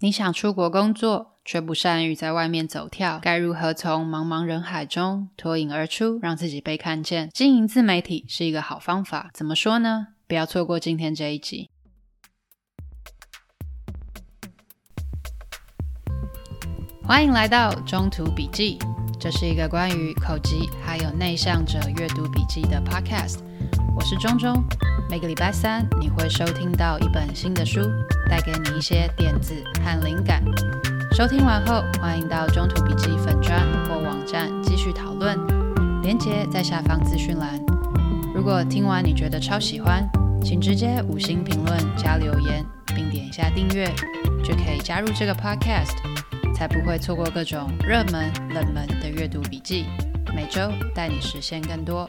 你想出国工作，却不善于在外面走跳，该如何从茫茫人海中脱颖而出，让自己被看见？经营自媒体是一个好方法，怎么说呢？不要错过今天这一集。欢迎来到中途笔记，这是一个关于口疾还有内向者阅读笔记的 podcast。我是中中，每个礼拜三你会收听到一本新的书，带给你一些点子和灵感。收听完后，欢迎到中途笔记粉专或网站继续讨论，连结在下方资讯栏。如果听完你觉得超喜欢，请直接5星评论加留言，并点一下订阅，就可以加入这个 podcast， 才不会错过各种热门冷门的阅读笔记，每周带你实现更多。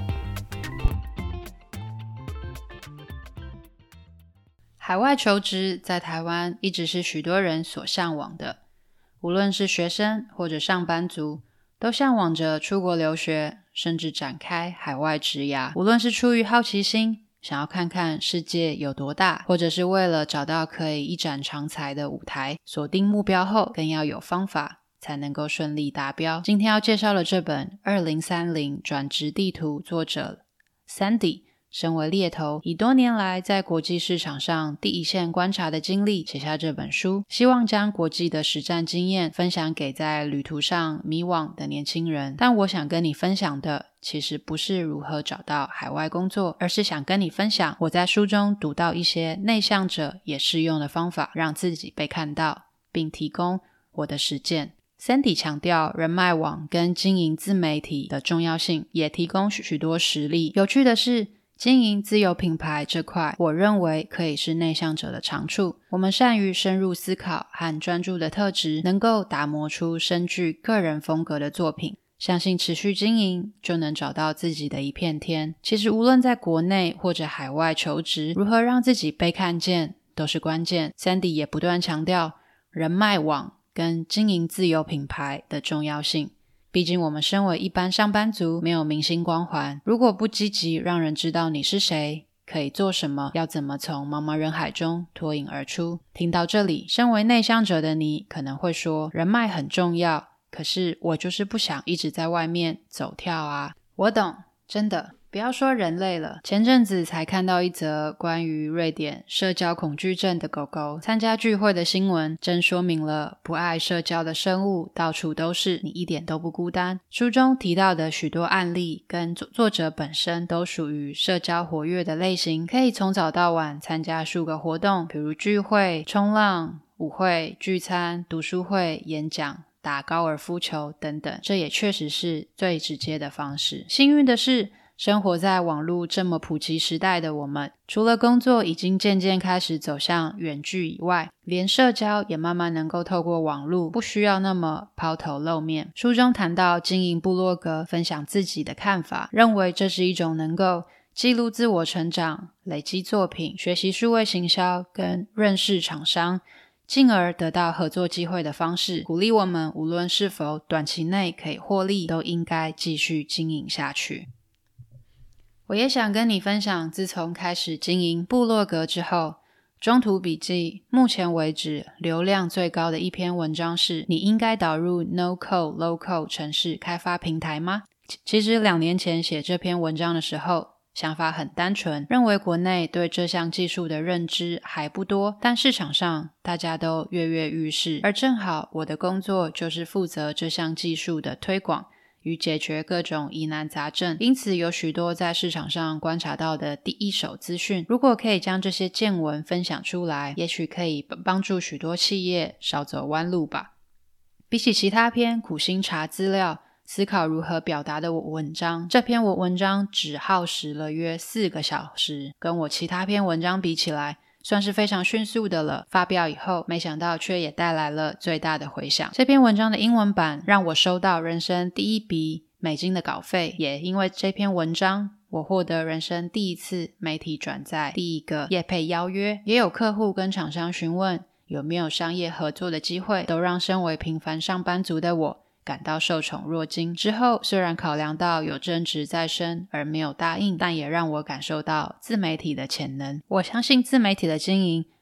海外求职在台湾一直是许多人所向往的，无论是学生或者上班族，都向往着出国留学，甚至展开海外职涯。无论是出于好奇心，想要看看世界有多大，或者是为了找到可以一展长才的舞台，锁定目标后更要有方法才能够顺利达标。今天要介绍的这本2030转职地图作者 Sandy，身为猎头，以多年来在国际市场上第一线观察的经历写下这本书，希望将国际的实战经验分享给在旅途上迷惘的年轻人。但我想跟你分享的其实不是如何找到海外工作，而是想跟你分享我在书中读到一些内向者也适用的方法，让自己被看到，并提供我的实践。Sandy 强调人脉网跟经营自媒体的重要性，也提供许多实例。有趣的是，经营自有品牌这块，我认为可以是内向者的长处。我们善于深入思考和专注的特质，能够打磨出深具个人风格的作品。相信持续经营，就能找到自己的一片天。其实无论在国内或者海外求职，如何让自己被看见，都是关键。Sandy 也不断强调人脉网跟经营自有品牌的重要性。毕竟我们身为一般上班族，没有明星光环，如果不积极让人知道你是谁，可以做什么，要怎么从茫茫人海中脱颖而出。听到这里，身为内向者的你可能会说，人脉很重要，可是我就是不想一直在外面走跳啊。我懂，真的，不要说人类了，前阵子才看到一则关于瑞典社交恐惧症的狗狗参加聚会的新闻，真说明了不爱社交的生物到处都是，你一点都不孤单。书中提到的许多案例跟作者本身都属于社交活跃的类型，可以从早到晚参加数个活动，比如聚会、冲浪、舞会、聚餐、读书会、演讲、打高尔夫球等等，这也确实是最直接的方式。幸运的是，生活在网络这么普及时代的我们，除了工作已经渐渐开始走向远距以外，连社交也慢慢能够透过网络，不需要那么抛头露面。书中谈到经营部落格，分享自己的看法，认为这是一种能够记录自我成长、累积作品、学习数位行销跟认识厂商，进而得到合作机会的方式，鼓励我们无论是否短期内可以获利，都应该继续经营下去。我也想跟你分享，自从开始经营部落格之后，中途笔记目前为止流量最高的一篇文章是，你应该导入 No-Code Low-Code 程式开发平台吗？其实2年前写这篇文章的时候，想法很单纯，认为国内对这项技术的认知还不多，但市场上大家都跃跃欲试，而正好我的工作就是负责这项技术的推广与解决各种疑难杂症，因此有许多在市场上观察到的第一手资讯，如果可以将这些见闻分享出来，也许可以帮助许多企业少走弯路吧。比起其他篇苦心查资料思考如何表达的文章，这篇文章只耗时了约4个小时，跟我其他篇文章比起来算是非常迅速的了。发表以后，没想到却也带来了最大的回响。这篇文章的英文版让我收到人生第1笔美金的稿费，也因为这篇文章，我获得人生第一次媒体转载第1个业配邀约，也有客户跟厂商询问有没有商业合作的机会，都让身为平凡上班族的我感到受宠若惊。之后虽然考量到有正职在身而没有答应，但也让我感受到自媒体的潜能。我相信自媒体的经营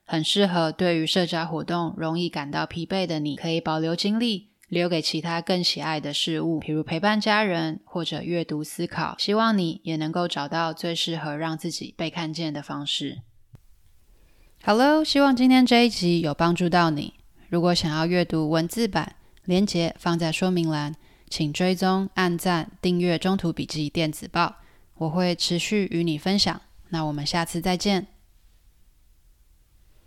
很适合对于社交活动容易感到疲惫的你，可以保留精力留给其他更喜爱的事物，比如陪伴家人或者阅读思考。希望你也能够找到最适合让自己被看见的方式。Hello， 希望今天这一集有帮助到你。如果想要阅读文字版，连结放在说明栏，请追踪、按赞、订阅中途笔记电子报，我会持续与你分享。那我们下次再见。